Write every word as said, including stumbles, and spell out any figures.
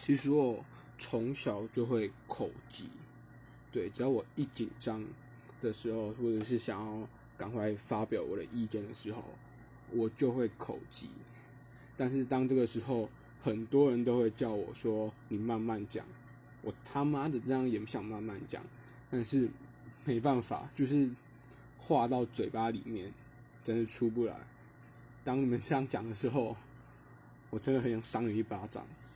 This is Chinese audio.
其实我从小就会口急，对，只要我一紧张的时候，或者是想要赶快发表我的意见的时候，我就会口急。但是当这个时候，很多人都会叫我说：“你慢慢讲。”我他妈的这样也想慢慢讲，但是没办法，就是话到嘴巴里面，真的出不来。当你们这样讲的时候，我真的很想赏你一巴掌。